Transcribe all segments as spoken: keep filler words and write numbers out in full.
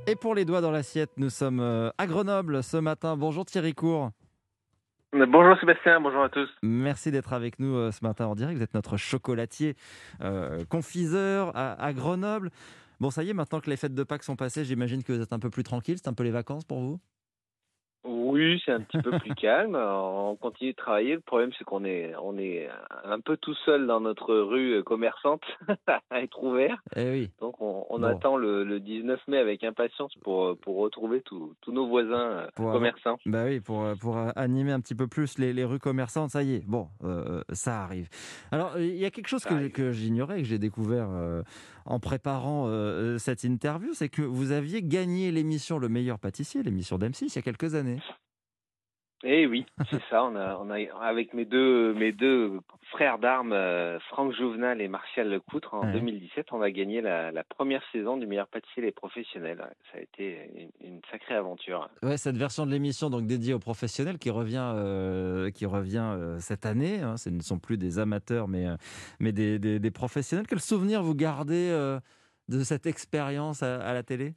Et pour les doigts dans l'assiette, nous sommes euh, à Grenoble ce matin. Bonjour Thierry Court. Bonjour Sébastien, bonjour à tous. Merci d'être avec nous euh, ce matin en direct. Vous êtes notre chocolatier euh, confiseur à, à Grenoble. Bon, ça y est, maintenant que les fêtes de Pâques sont passées, j'imagine que vous êtes un peu plus tranquille. C'est un peu les vacances pour vous? Oui, c'est un petit peu plus calme. On continue de travailler. Le problème, c'est qu'on est, on est un peu tout seul dans notre rue commerçante à être ouvert. Eh oui. Donc, on, on Bon, attend le, le dix-neuf mai avec impatience pour, pour retrouver tous tous nos voisins euh, pour avoir... commerçants. Bah oui, pour, euh, pour euh, animer un petit peu plus les, les rues commerçantes, ça y est, bon, euh, ça arrive. Alors, euh, il y a quelque chose Ça que, arrive. que j'ignorais, que j'ai découvert euh, en préparant euh, cette interview, c'est que vous aviez gagné l'émission Le Meilleur Pâtissier, l'émission d'M six, il y a quelques années. Eh oui, c'est ça. On a, on a, avec mes deux, mes deux frères d'armes, euh, Franck Jouvenal et Martial Lecoutre, en Ouais. deux mille dix-sept, on a gagné la, la première saison du meilleur pâtissier des professionnels. Ouais, ça a été une, une sacrée aventure. Ouais, cette version de l'émission donc dédiée aux professionnels qui revient, euh, qui revient euh, cette année. Hein. Ce ne sont plus des amateurs, mais, euh, mais des, des- des professionnels. Quel souvenir vous gardez euh, de cette expérience à, à la télé?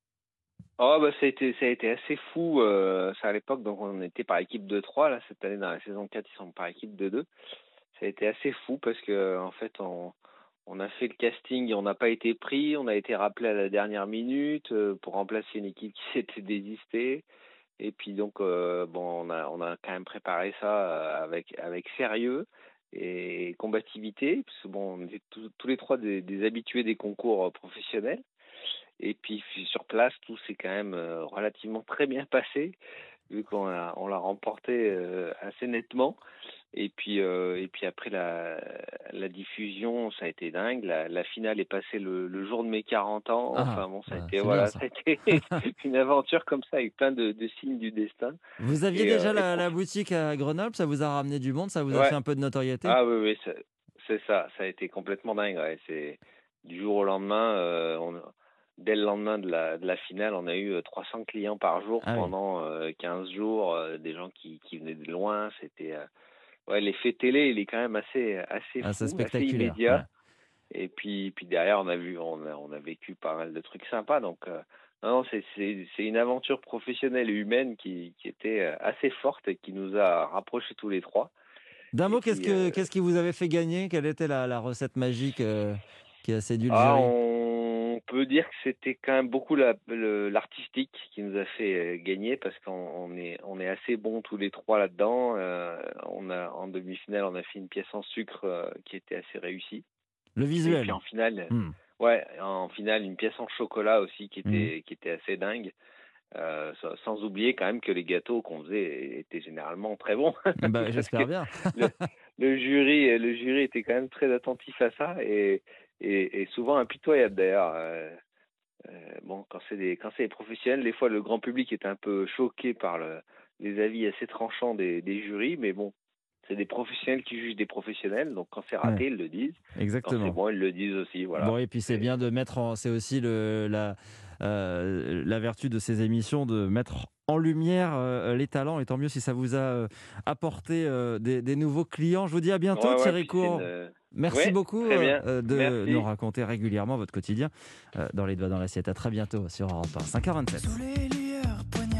Oh bah ça a été, ça a été assez fou. Euh, ça à l'époque, donc on était par équipe de trois. Là, cette année, dans la saison quatre, ils sont par équipe de deux. Ça a été assez fou parce que en fait, on, on a fait le casting et on n'a pas été pris. On a été rappelé à la dernière minute euh, pour remplacer une équipe qui s'était désistée. Et puis donc, euh, bon, on a, on a quand même préparé ça euh, avec, avec sérieux et combativité, parce que bon, on était tous tous les trois des, des habitués des concours euh, professionnels. Et puis puis sur place, tout s'est quand même euh, relativement très bien passé, vu qu'on a, on l'a remporté euh, assez nettement. Et puis, euh, et puis après la, la diffusion, ça a été dingue. La, la finale est passée le, le jour de mes quarante ans. Ah, Enfin bon, ça a bah, été c'est bien voilà, ça ça. a été une aventure comme ça avec plein de, de signes du destin. Vous aviez Et, déjà euh, et la, pour la boutique à Grenoble, ça vous a ramené du monde, ça vous a fait ouais, un peu de notoriété? ah oui, oui, ça- c'est ça. Ça a été complètement dingue. Ouais. C'est du jour au lendemain. Euh, on, dès le lendemain de la, de la finale, on a eu euh, trois cents clients par jour Ah oui, pendant euh, quinze jours. Euh, des gens qui, qui venaient de loin. C'était euh, ouais, l'effet télé, il est quand même assez assez ah, c'est fou, assez spectaculaire. Ouais. immédiat. Et puis puis derrière, on a vu, on a, on a vécu pas mal de trucs sympas. Donc euh, non, non, c'est c'est c'est une aventure professionnelle et humaine qui qui était euh, assez forte et qui nous a rapprochés tous les trois. D'un Et mot, qu'est-ce puis que euh, qu'est-ce qui vous avait fait gagner? Quelle était la, la recette magique euh, qui a séduit le Ah, jury? on peut dire que c'était quand même beaucoup la- le- l'artistique qui nous a fait euh, gagner parce qu'on on est, on est assez bons tous les trois là-dedans. Euh, on a, en demi-finale, on a fait une pièce en sucre euh, qui était assez réussie. Le Et puis visuel. en finale, Hmm. ouais, en finale, une pièce en chocolat aussi qui Hmm. était, qui était assez dingue. Euh, sans sans oublier quand même que les gâteaux qu'on faisait étaient généralement très bons Bah, parce que j'espère bien. le, le jury le jury était quand même très attentif à ça et, et, et souvent impitoyable d'ailleurs. Euh, euh, bon, quand c'est des quand c'est des professionnels, des fois le grand public est un peu choqué par le, les avis assez tranchants des, des jurys, mais bon, c'est des professionnels qui jugent des professionnels, donc quand c'est Ouais, raté, ils le disent. Quand c'est exactement. bon, ils le disent aussi, Bon, voilà. et puis c'est C'est bien de mettre en... C'est aussi le, la, euh, la vertu de ces émissions de mettre en lumière euh, les talents. Et tant mieux si ça vous a euh, apporté euh, des, des nouveaux clients. Je vous dis à bientôt, ouais, ouais, Thierry puis c'est Court. une Merci ouais, beaucoup très euh, bien. euh, de nous Merci. raconter régulièrement votre quotidien euh, dans les doigts dans l'assiette. À très bientôt sur Europe un, cinq heures vingt-sept. Sous les lueurs